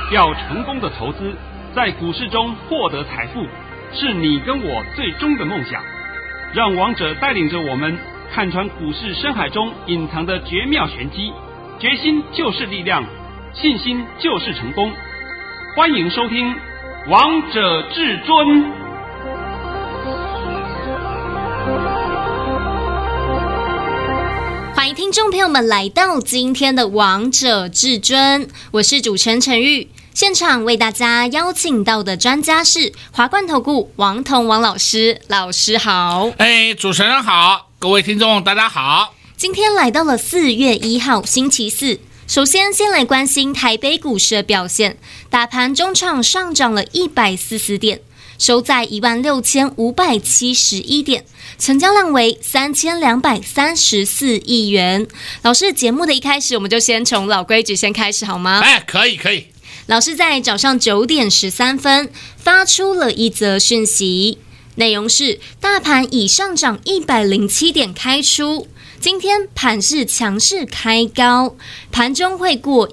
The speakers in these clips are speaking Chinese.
要成功的投资，在股市中获得财富，是你跟我最终的梦想。让王者带领着我们看穿股市深海中隐藏的绝妙玄机，决心就是力量，信心就是成功。欢迎收听《王者至尊》。 欢迎听众朋友们来到今天的王者至尊，我是主持人陈玉。现场为大家邀请到的专家是华冠投顾王彤王老师，老师好。 主持人好，各位听众大家好。 今天来到了4月1号星期四，首先来关心台北股市的表现，大盘中场上涨了140点。收在16571点，成交量为3234亿元。老师，节目的一开始，我们就先从老规矩先开始好吗？ 可以。 老师在早上9点13分发出了一则讯息，内容是大盘已上涨107点开出，今天盘势强势开高，盘中会过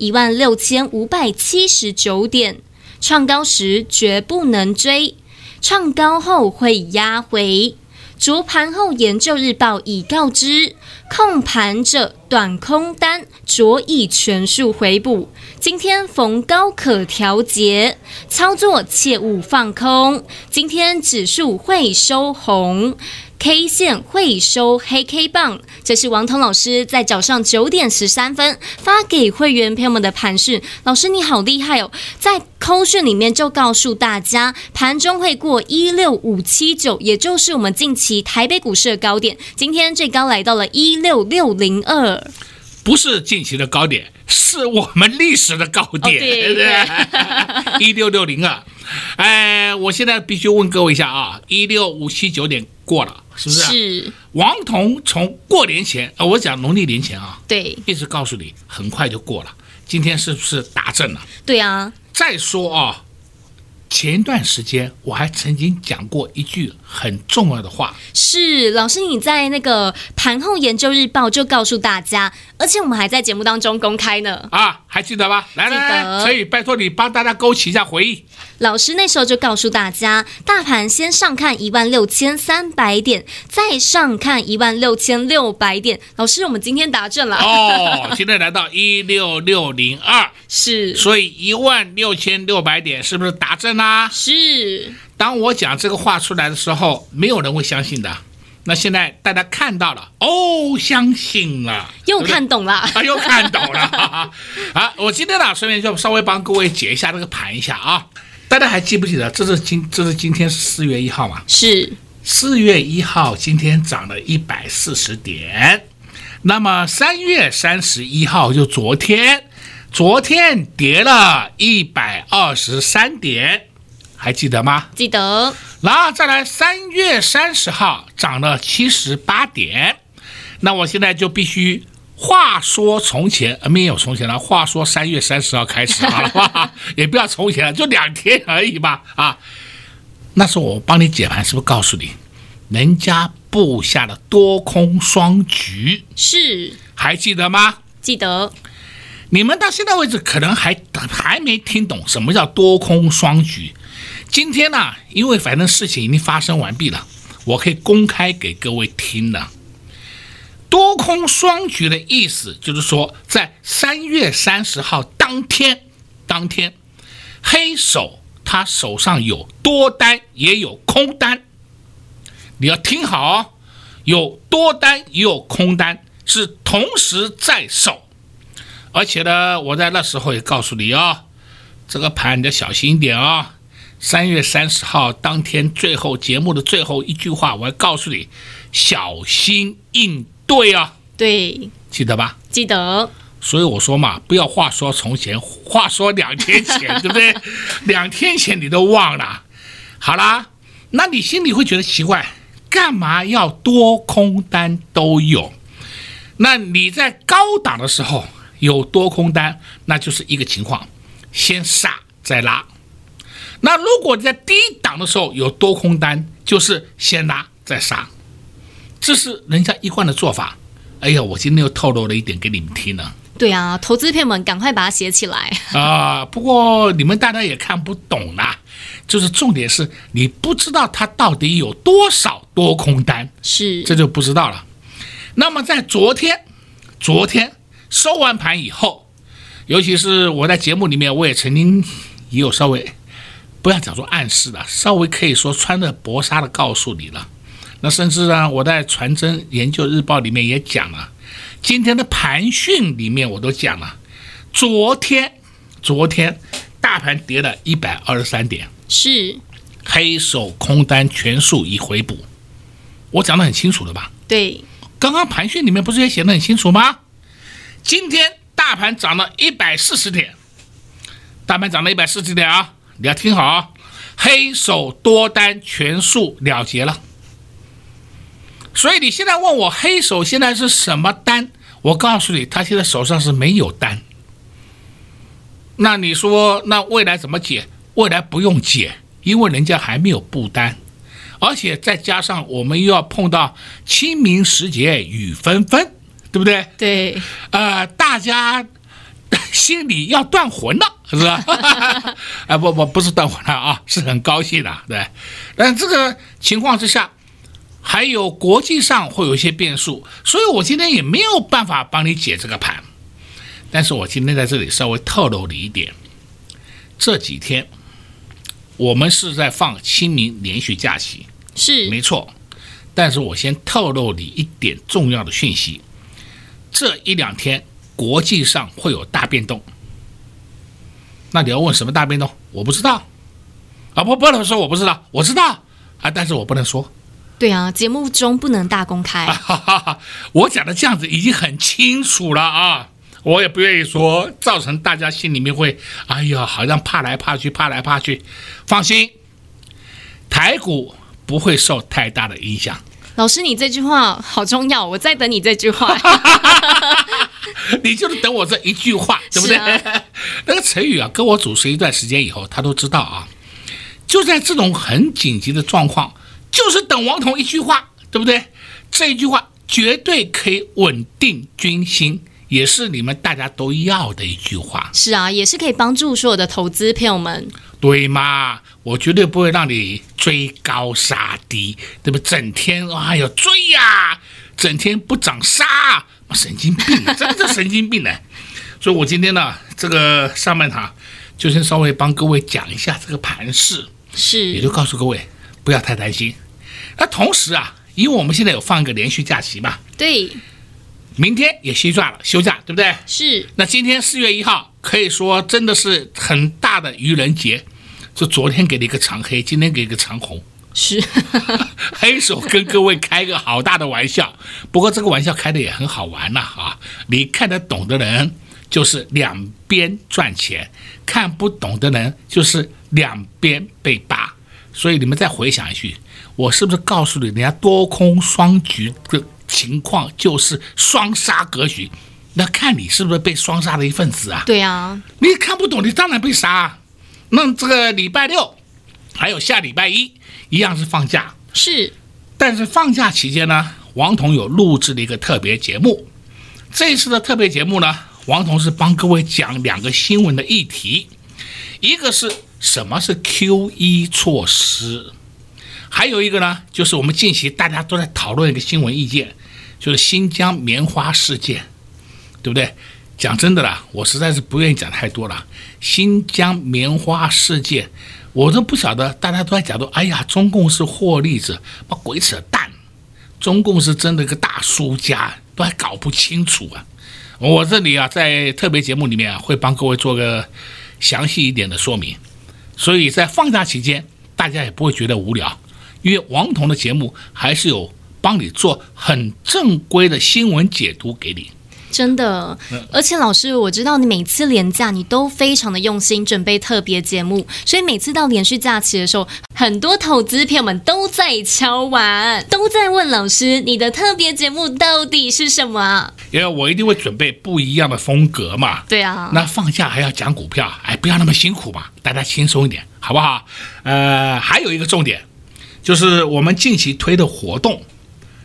16579点，创高时绝不能追。创高后会压回，逐盘后研究日报已告知，控盘者短空单着以全数回补，今天逢高可调节，操作切勿放空。今天指数会收红，K 线会收黑 K 棒，这是王彤老师在早上9点13分发给会员朋友们的盘讯。老师你好厉害哦，在扣讯里面就告诉大家，盘中会过16579，也就是我们近期台北股市的高点，今天最高来到了16602。 不是近期的高点，是我们历史的高点，对16602。我现在必须问各位一下啊，16579点过了，是不是？ 是。 王彤从过年前，我讲农历年前啊， 对， 一直告诉你，很快就过了。今天是不是达阵了？ 对啊。 再说啊，前一段时间我还曾经讲过一句很重要的话。 是，老师你在那个盘后研究日报就告诉大家，而且我们还在节目当中公开呢。 还记得吧？来，所以拜托你帮大家勾起一下回忆。 老师那时候就告诉大家，大盘先上看16300点，再上看16600点。老师，我们今天达阵了。 今天来到16602， 是， 所以16600点是不是达阵啦？ 是。 当我讲这个话出来的时候，没有人会相信的。那现在大家看到了，相信了， 又看懂了， 又看懂了。我今天呢，顺便就稍微帮各位解一下这个盘一下啊。大家还记不记得，这是今天是4月1号嘛？是4月1号，今天涨了140点。那么3月31号就昨天跌了123点，还记得吗？ 记得。 然后再来3月30号涨了78点。那我现在就必须话说从前，没有从前了，话说3月30号开始好了吧？也不要从前了，就2天而已吧。那时候我帮你解盘，是不是告诉你，人家布下了多空双局？ 是， 还记得吗？ 记得。 你们到现在为止可能还没听懂什么叫多空双局。今天呢，因为反正事情已经发生完毕了，我可以公开给各位听了。多空双局的意思就是说，在3月30号当天，黑手他手上有多单也有空单，你要听好哦，有多单也有空单，是同时在手。而且呢，我在那时候也告诉你哦，这个盘你要小心一点哦。3月30号当天节目的最后一句话，我还告诉你小心应对啊。 对， 记得吧？ 记得。 所以我说嘛，不要话说从前，话说2天前，对不对？2天前你都忘了。好啦，那你心里会觉得奇怪，干嘛要多空单都有？那你在高档的时候有多空单，那就是一个情况，先杀再拉。那如果在低档的时候有多空单，就是先拉再杀，这是人家一贯的做法。哎呀，我今天又透露了一点给你们听了。 对啊，投资朋友们赶快把它写起来不过你们大家也看不懂啦，就是重点是你不知道它到底有多少多空单， 是， 这就不知道了。那么在昨天收完盘以后，尤其是我在节目里面，我也曾经也有稍微不要讲说暗示了，稍微可以说穿着薄纱的告诉你了。那甚至呢，我在传真研究日报里面也讲了，今天的盘讯里面我都讲了，昨天大盘跌了123点， 是黑手空单全数已回补，我讲得很清楚了吧？ 对， 刚刚盘讯里面不是也写得很清楚吗？今天大盘涨了140点，大盘涨了140点啊，你要听好啊，黑手多单全数了结了。所以你现在问我黑手现在是什么单，我告诉你，他现在手上是没有单。那你说那未来怎么解？未来不用解，因为人家还没有布单，而且再加上我们又要碰到清明时节雨纷纷，对不对？ 对， 大家心里要断魂了，是吧？不是断魂了啊，是很高兴的，对。但这个情况之下，还有国际上会有一些变数，所以我今天也没有办法帮你解这个盘。但是我今天在这里稍微透露你一点，这几天我们是在放清明连续假期， 是没错。但是我先透露你一点重要的讯息，这一两天国际上会有大变动。那你要问什么大变动？我不知道啊，不能说我不知道，我知道啊，但是我不能说。 对啊，节目中不能大公开。 我讲的这样子已经很清楚了啊，我也不愿意说造成大家心里面会哎呀好像怕来怕去。放心，台股不会受太大的影响。 老师，你这句话好重要，我在等你这句话。 你就是等我这一句话，对不对？那个成语啊，跟我主持一段时间以后，他都知道啊。就在这种很紧急的状况，就是等王彤一句话，对不对？这一句话绝对可以稳定军心，也是你们大家都要的一句话。 是啊，也是可以帮助所有的投资朋友们。 对嘛？我绝对不会让你追高杀低，对不对？整天哎呦追呀，整天不涨杀，神经病，真的神经病呢。所以我今天呢，这个上半场就先稍微帮各位讲一下这个盘势， 是， 也就告诉各位不要太担心。那同时啊，因为我们现在有放一个连续假期嘛， 对， 明天也休假，对不对？ 是。 那今天4月1号，可以说真的是很大的愚人节。就昨天给了一个长黑，今天给一个长红， 是黑手跟各位开个好大的玩笑。不过这个玩笑开的也很好玩了啊！你看得懂的人就是两边赚钱，看不懂的人就是两边被扒。所以你们再回想一句，我是不是告诉你，人家多空双局的情况就是双杀格局？那看你是不是被双杀的一份子啊？ 对啊， 你看不懂，你当然被杀啊。那这个礼拜六还有下礼拜一一样是放假， 是。 但是放假期间呢，王彤有录制了一个特别节目。这一次的特别节目呢，王彤是帮各位讲2个新闻的议题，一个是什么是 QE 措施，还有一个呢，就是我们近期大家都在讨论一个新闻意见，就是新疆棉花事件，对不对？讲真的啦，我实在是不愿意讲太多了。新疆棉花事件，我都不晓得，大家都在讲说，哎呀，中共是获利者，把鬼扯淡，中共是真的一个大输家，都还搞不清楚啊。我这里啊，在特别节目里面啊，会帮各位做个详细一点的说明，所以在放假期间，大家也不会觉得无聊，因为王彤的节目还是有帮你做很正规的新闻解读给你。 真的，而且老师，我知道你每次连假你都非常的用心准备特别节目，所以每次到连续假期的时候，很多投资朋友们都在敲碗，都在问老师，你的特别节目到底是什么啊？ 因为我一定会准备不一样的风格嘛。 对啊， 那放假还要讲股票，哎，不要那么辛苦嘛，大家轻松一点，好不好？还有一个重点，就是我们近期推的活动，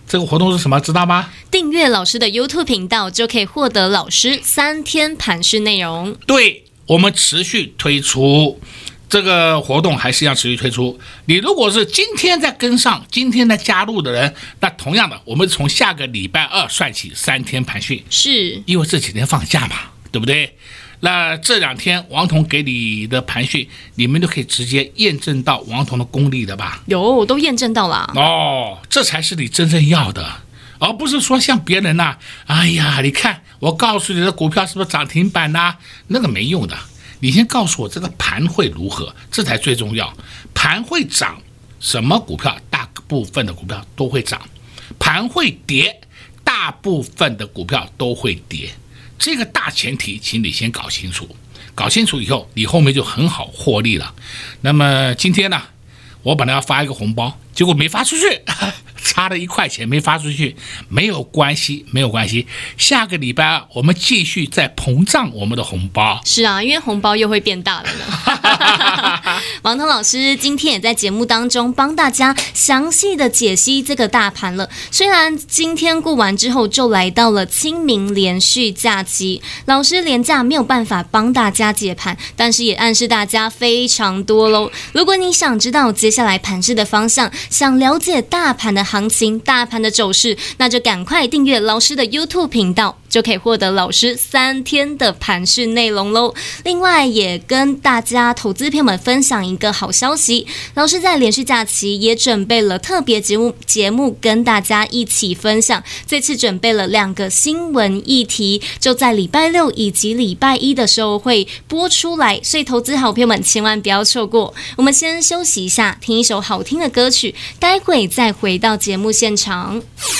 这个活动是什么？知道吗？ 订阅老师的 YouTube 频道就可以获得老师3天盘势内容。 对，我们持续推出这个活动，还是一样持续推出。你如果是今天再跟上，今天再加入的人，那同样的，我们从下个礼拜2算起3天盘讯， 是因为这几天放假嘛，对不对？那这2天王彤给你的盘讯，你们都可以直接验证到王彤的功力的吧？ 有，都验证到了。 这才是你真正要的，而不是说像别人哎呀，你看我告诉你的股票是不是涨停板那个没用的。你先告诉我这个盘会如何，这才最重要。盘会涨，什么股票？大部分的股票都会涨。盘会跌，大部分的股票都会跌。这个大前提，请你先搞清楚。搞清楚以后，你后面就很好获利了。那么今天呢，我本来要发一个红包，结果没发出去，差了1块钱没发出去，没有关系，没有关系。下个礼拜2我们继续再膨胀我们的红包。 是啊，因为红包又会变大了呢。王彤老师今天也在节目当中帮大家详细的解析这个大盘了。虽然今天过完之后就来到了清明连续假期，老师连假没有办法帮大家解盘，但是也暗示大家非常多咯。如果你想知道接下来盘势的方向，想了解大盘的行情、大盘的走势，那就赶快订阅老师的 YouTube 频道，就可以获得老师3天的盘势内容咯。另外也跟大家投资朋友们分享一个好消息，老师在连续假期也准备了特别节目跟大家一起分享。这次准备了2个新闻议题，就在礼拜6以及礼拜1的时候会播出来，所以投资好朋友们千万不要错过。我们先休息一下，听一首好听的歌曲，待会再回到节目现场。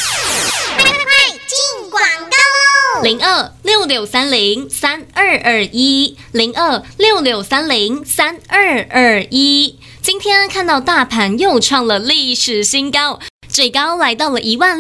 广告 0266303221 0266303221。今天看到大盘又创了历史新高，最高来到了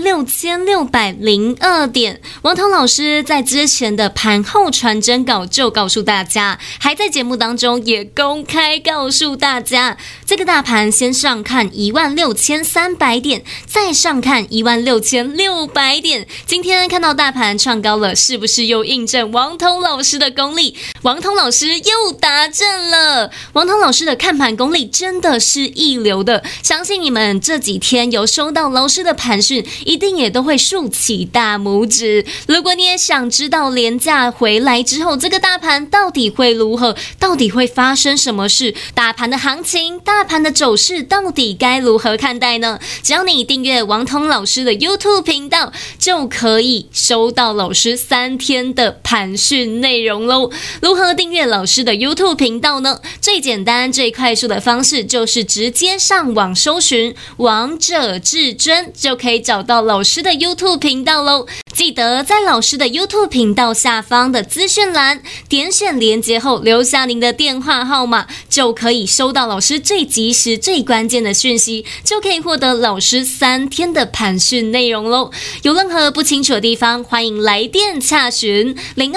16602点。王彤老师在之前的盘后传真稿就告诉大家，还在节目当中也公开告诉大家，这个大盘先上看16300点，再上看16600点。今天看到大盘创高了，是不是又印证王彤老师的功力？王彤老师又达阵了。王彤老师的看盘功力真的是一流的，相信你们这几天有收到老师的盘讯，一定也都会竖起大拇指。如果你也想知道连假回来之后这个大盘到底会如何，到底会发生什么事，大盘的行情、大盘的走势到底该如何看待呢？只要你订阅王彤老师的 YouTube 频道，就可以收到老师3天的盘讯内容咯。如何订阅老师的 YouTube 频道呢？最简单最快速的方式就是直接上网搜寻王者至尊，就可以找到老师的 YouTube 频道咯。记得在老师的 YouTube 频道下方的资讯栏点选连结后留下您的电话号码，就可以收到老师最及时最关键的讯息，就可以获得老师3天的盘讯内容咯。有任何不清楚的地方，欢迎来电洽询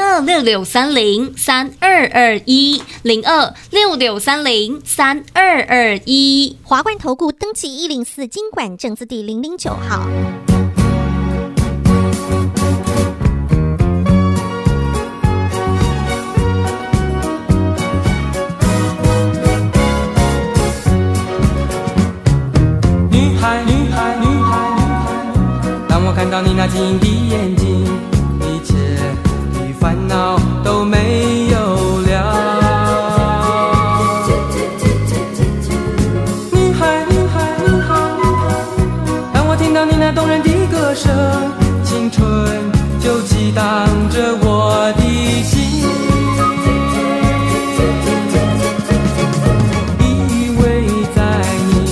0266303221 0266303221。 华冠投顾登记104金管证字第009号。 女孩，当我看到你那晶莹的眼睛，一切的烦恼都没有了。女孩，当我听到你那动人的歌声，青春就激荡着我的心。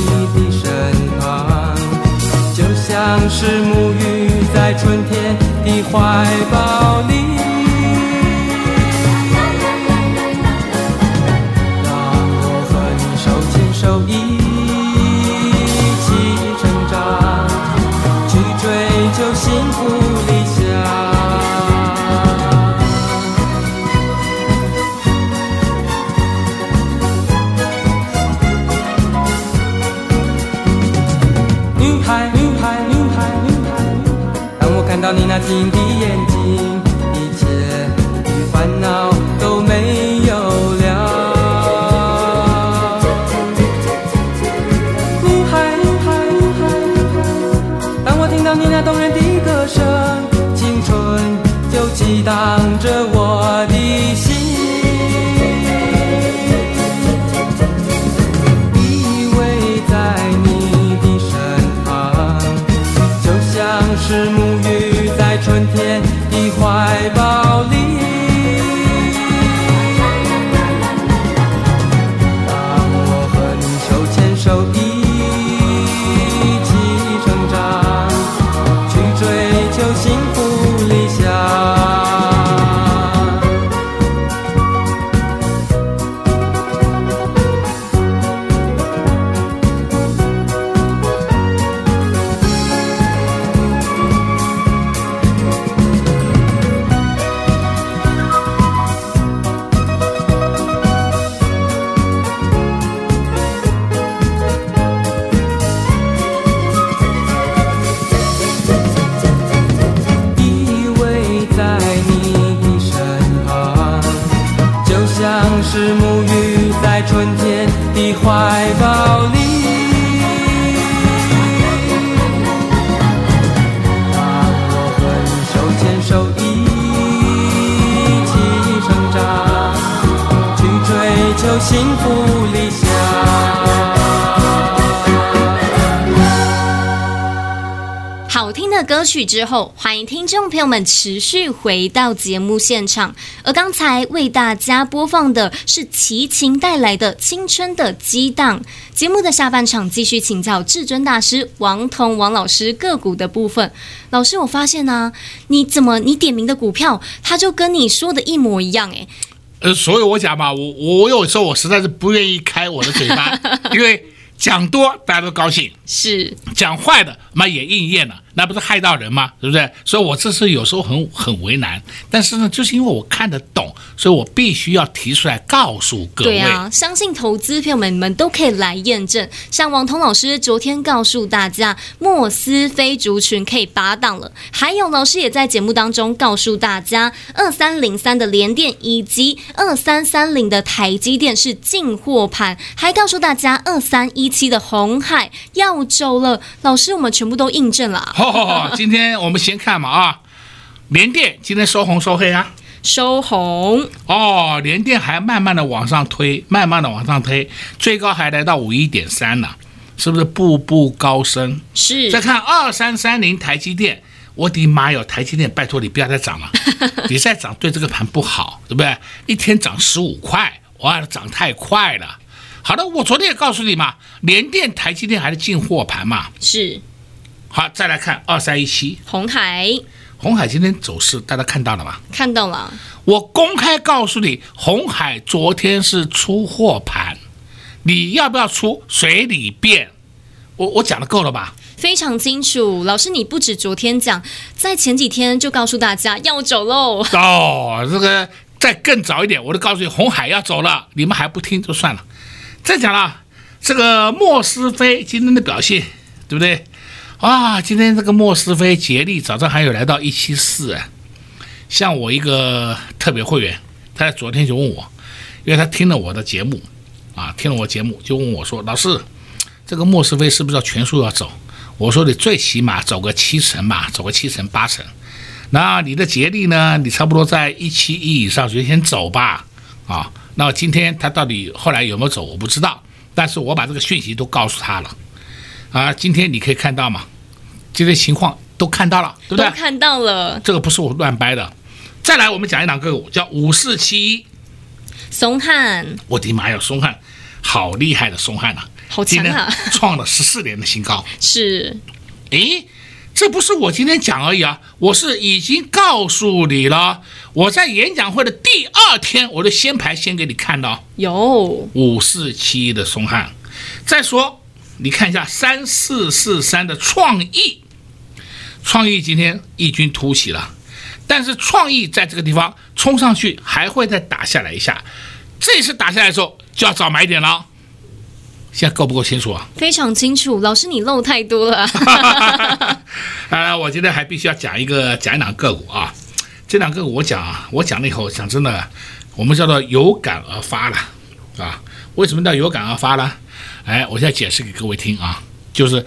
像是沐浴在春天的看到你那晶的眼睛，一切的烦恼都没有了。当我听到你那动人的歌声，青春就激荡着我的心。依偎在你的身旁，就像是沐浴在春天的怀抱里。当我和你手牵手一起成长，去追求幸福理想。是沐浴在春天的怀抱里。当我和你手牵手一起成长，去追求幸福理想。 好听的歌曲之后，欢迎听众朋友们持续回到节目现场。而刚才为大家播放的是齐秦带来的《青春的激荡》。节目的下半场继续请教至尊大师王彤王老师个股的部分。老师，我发现啊，你点名的股票，他就跟你说的一模一样哎。 所以我讲嘛，我有时候我实在是不愿意开我的嘴巴，因为讲多大家都高兴， 是讲坏的嘛也应验了，那不是害到人吗？对不对？所以我这是有时候很为难，但是呢，就是因为我看得懂，所以我必须要提出来告诉各位。 对啊，相信投资朋友们都可以来验证。像王彤老师昨天告诉大家，莫斯菲族群可以拔档了，还有老师也在节目当中告诉大家，2303的联电以及2330的台积电是进货盘，还告诉大家2317的鸿海要走了。老师，我们全部都印证了。 今天我们先看嘛啊，联电今天收红收黑啊？ 收红哦，联电还慢慢的往上推，最高还来到51.3了，是不是步步高升？ 是。 再看2330台积电，我的妈哟，台积电拜托你不要再涨了，你再涨对这个盘不好，对不对？一天涨15块，哇，涨太快了。好的，我昨天也告诉你嘛，联电、台积电还是进货盘嘛。 是。 好，再来看2317 鸿海。 鸿海今天走势大家看到了吗？ 看到了。 我公开告诉你，鸿海昨天是出货盘，你要不要出随你便。我讲的够了吧？ 非常清楚。老师，你不止昨天讲，在前几天就告诉大家要走喽。 哦，这个再更早一点，我都告诉你鸿海要走了，你们还不听就算了。再讲了，这个莫斯菲今天的表现，对不对？啊，今天这个莫斯菲捷力早上还有来到174啊。像我一个特别会员，他在昨天就问我，因为他听了我的节目啊，就问我说，老师，这个莫斯菲是不是要全数要走？我说你最起码走个70%嘛，走个70%、80%。那你的捷力呢？你差不多在171以上就先走吧。啊，那今天他到底后来有没有走我不知道，但是我把这个讯息都告诉他了。啊，今天你可以看到嘛，今天情况都看到了，对不对？ 都看到了， 这个不是我乱掰的。再来，我们讲一档个股叫5471， 松汉。 我的妈呀，松汉好厉害的松汉啊， 好强啊， 创了14年的新高。 是， 诶，这不是我今天讲而已啊，我是已经告诉你了。我在演讲会的第2天，我的先排先给你看到， 有 5471的松汉。再说，你看一下3443的创意，创意今天异军突起了，但是创意在这个地方冲上去，还会再打下来一下。这次打下来的时候，就要找买点了。现在够不够清楚啊？ 非常清楚，老师你漏太多了。 我今天还必须要讲一档个股啊。这档个股我讲了以后，讲真的，我们叫做有感而发了啊。为什么叫有感而发呢？我现在解释给各位听啊，就是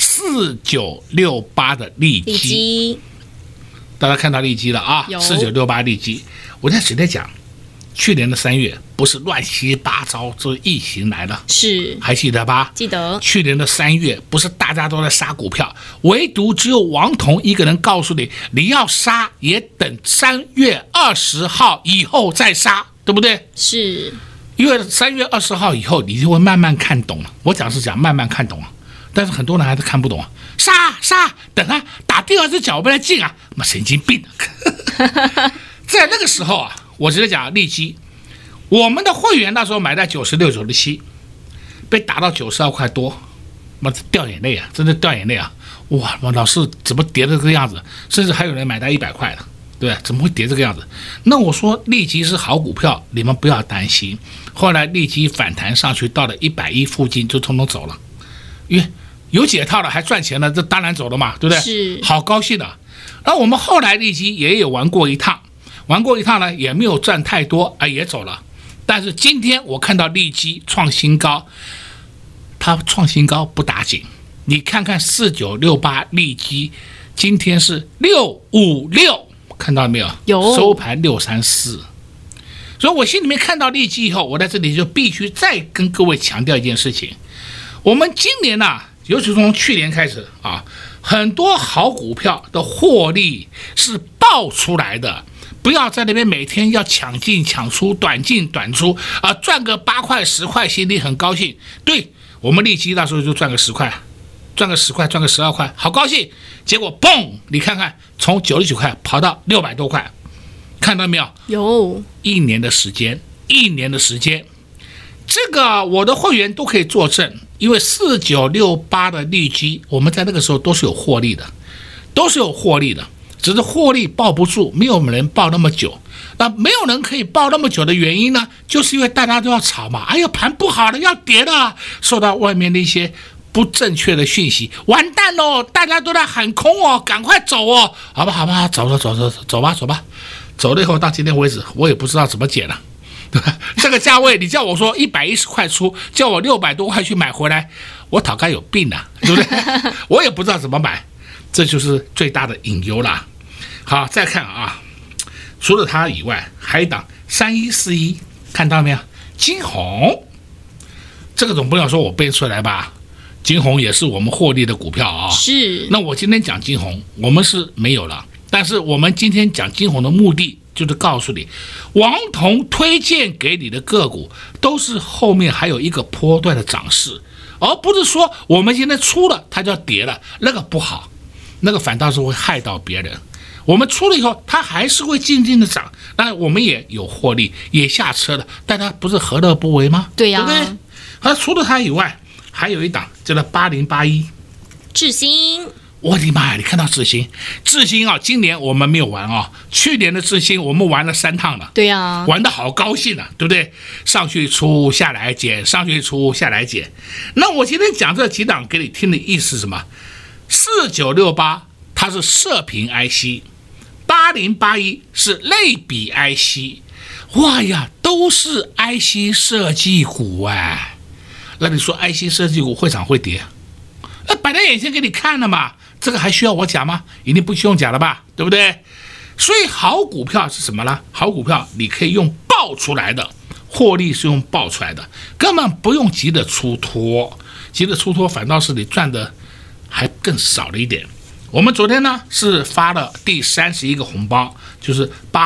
4968的利基，大家看到利基了啊？4968利基，我在直接讲，去年的3月不是乱七八糟这疫情来了， 是还记得吧？ 记得。 去年的3月不是大家都在杀股票，唯独只有王彤一个人告诉你，你要杀也等3月20号以后再杀，对不对？ 是。 因为3月20号以后，你就会慢慢看懂了。我讲是讲慢慢看懂了，但是很多人还是看不懂啊。杀，等啊，打第二只脚我们来进啊，妈神经病在那个时候啊，我直接讲利基，我们的会员那时候买在96、97，被打到92块多，妈掉眼泪啊，真的掉眼泪啊！哇，老师怎么跌成这个样子？甚至还有人买到100块的。对，怎么会跌这个样子？那我说利基是好股票，你们不要担心。后来利基反弹上去到了110附近，就通通走了，因为有解套了还赚钱了，这当然走了嘛，对不对？ 是， 好高兴的。而我们后来利基也有玩过一趟呢，也没有赚太多啊，也走了。但是今天我看到利基创新高，它创新高不打紧，你看看4968利基，今天是656。看到没有？ 有， 收盘634。所以我心里面看到利基以后，我在这里就必须再跟各位强调一件事情：我们今年尤其从去年开始啊，很多好股票的获利是爆出来的。不要在那边每天要抢进抢出，短进短出啊，赚个8块10块，心里很高兴。对，我们利基那时候就赚个10块。赚个10块，赚个12块，好高兴。结果嘣，你看看，从99块跑到600多块，看到没有？ 有一年的时间，这个我的会员都可以作证，因为4968的利基，我们在那个时候都是有获利的，只是获利抱不住，没有人抱那么久。那没有人可以抱那么久的原因呢，就是因为大家都要炒嘛。哎呀，盘不好了，要跌了，受到外面的一些不正确的讯息，完蛋喽！大家都在喊空哦，赶快走哦！好吧，走吧。走了以后到今天为止，我也不知道怎么解了，对吧？这个价位，你叫我说110块出，叫我600多块去买回来，我讨该有病啊，对不对？我也不知道怎么买，这就是最大的隐忧啦。好，再看啊，除了它以外，还有一档3141，看到没有？金红，这个总不能说我背出来吧？金红也是我们获利的股票啊。 是。 那我今天讲金红，我们是没有了，但是我们今天讲金红的目的就是告诉你，王彤推荐给你的个股都是后面还有一个波段的涨势，而不是说我们现在出了它就要跌了，那个不好，那个反倒是会害到别人。我们出了以后，它还是会静静的涨，那我们也有获利，也下车了，大家不是何乐不为吗？ 对呀， 对不对？而除了它以外，还有一档叫做8081 智新。 我的妈呀！你看到智新啊，今年我们没有玩啊，去年的智新我们玩了3趟了。 对呀， 玩得好高兴啊，对不对？上去出下来减，上去出下来减。那我今天讲这几档给你听的意思是什么？4968它是射频 IC，8081是类比 IC， 哇呀，都是 IC 设计股哎。那你说 IC 设计股会涨会跌？摆在眼前给你看了嘛，这个还需要我讲吗？一定不需要讲了吧，对不对？所以好股票是什么呢？好股票你可以用爆出来的，获利是用爆出来的，根本不用急着出脱，反倒是你赚的还更少了一点。我们昨天呢是发了第31个红包，就是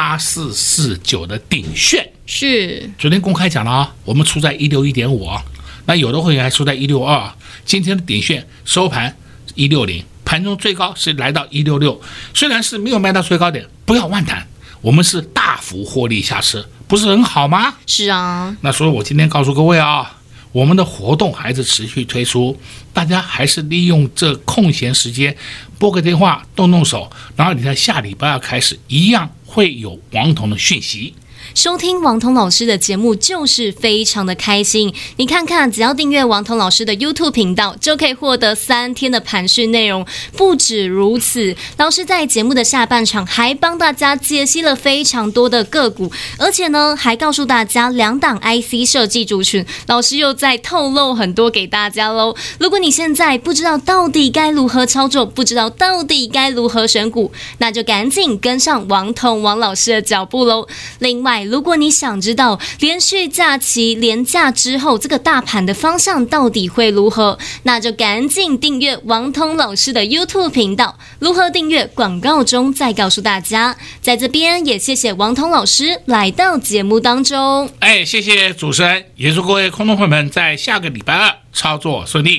8449的鼎炫， 是昨天公开讲了啊，我们出在161.5啊。那有的会员还出在162，今天的鼎炫收盘160，盘中最高是来到166，虽然是没有卖到最高点，不要妄谈，我们是大幅获利下车，不是很好吗？ 是啊。 那所以我今天告诉各位啊，我们的活动还是持续推出，大家还是利用这空闲时间拨个电话动动手，然后你在下礼拜要开始一样会有王彤的讯息。 收听王彤老师的节目就是非常的开心。你看看，只要订阅王彤老师的 YouTube 频道，就可以获得3天的盘讯内容。不止如此，老师在节目的下半场还帮大家解析了非常多的个股，而且呢，还告诉大家2档 IC 设计族群，老师又在透露很多给大家喽。如果你现在不知道到底该如何操作，不知道到底该如何选股，那就赶紧跟上王彤王老师的脚步喽。另外，如果你想知道连续假期连假之后这个大盘的方向到底会如何，那就赶紧订阅王彤老师的 YouTube 频道。如何订阅，广告中再告诉大家。在这边也谢谢王彤老师来到节目当中。 谢谢主持人，也祝各位空中朋友们在下个礼拜2操作顺利。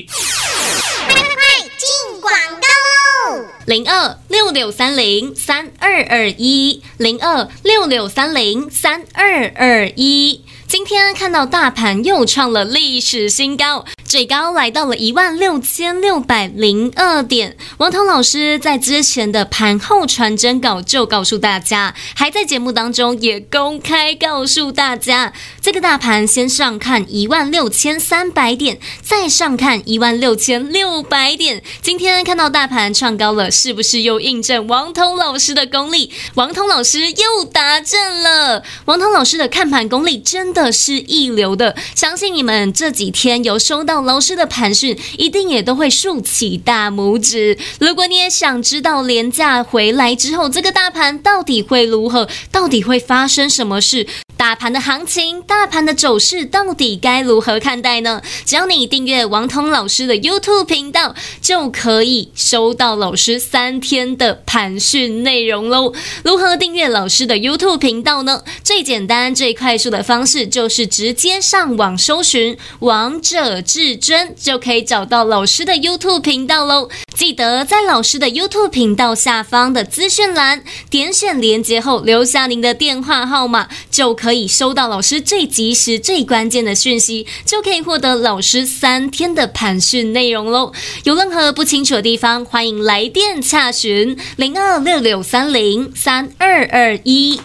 进广告喽 ！0266303221 0266303221。今天看到大盘又创了历史新高，最高来到了16602点。王彤老师在之前的盘后传真稿就告诉大家，还在节目当中也公开告诉大家，这个大盘先上看16300点，再上看16600点。今天看到大盘创高了，是不是又印证王彤老师的功力？王彤老师又达阵了。王彤老师的看盘功力真的是一流的，相信你们这几天有收到老师的盘讯，一定也都会竖起大拇指。如果你也想知道连假回来之后，这个大盘到底会如何，到底会发生什么事，大盘的行情，大盘的走势到底该如何看待呢？只要你订阅王彤老师的 YouTube 频道，就可以收到老师3天的盘讯内容咯。如何订阅老师的 YouTube 频道呢？最简单最快速的方式就是直接上网搜寻王者至尊，就可以找到老师的 YouTube 频道咯。记得在老师的 YouTube 频道下方的资讯栏点选连结后，留下您的电话号码，就可以收到老师最及时最关键的讯息，就可以获得老师3天的盘讯内容咯。有任何不清楚的地方，欢迎来电洽询0266303221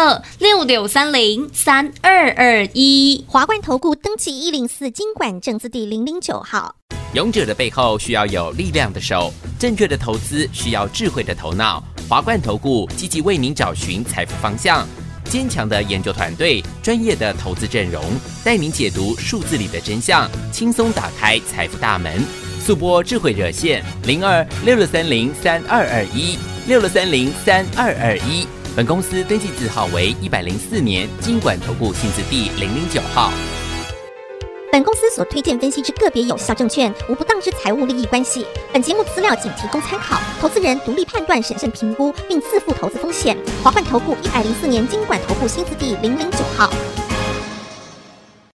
0266303221。 华冠投顾登记104金管证字第009号。 勇者的背后需要有力量的手，正确的投资需要智慧的头脑。华冠投顾积极为您找寻财富方向，坚强的研究团队，专业的投资阵容，带您解读数字里的真相，轻松打开财富大门。速播智慧热线0266303221 66303221。本公司登记字号为104年金管投顾新字第009号。 本公司所推荐分析之个别有效证券，无不当之财务利益关系。本节目资料仅提供参考，投资人独立判断、审慎评估，并自负投资风险。华冠投顾104年金管投顾新字第009号。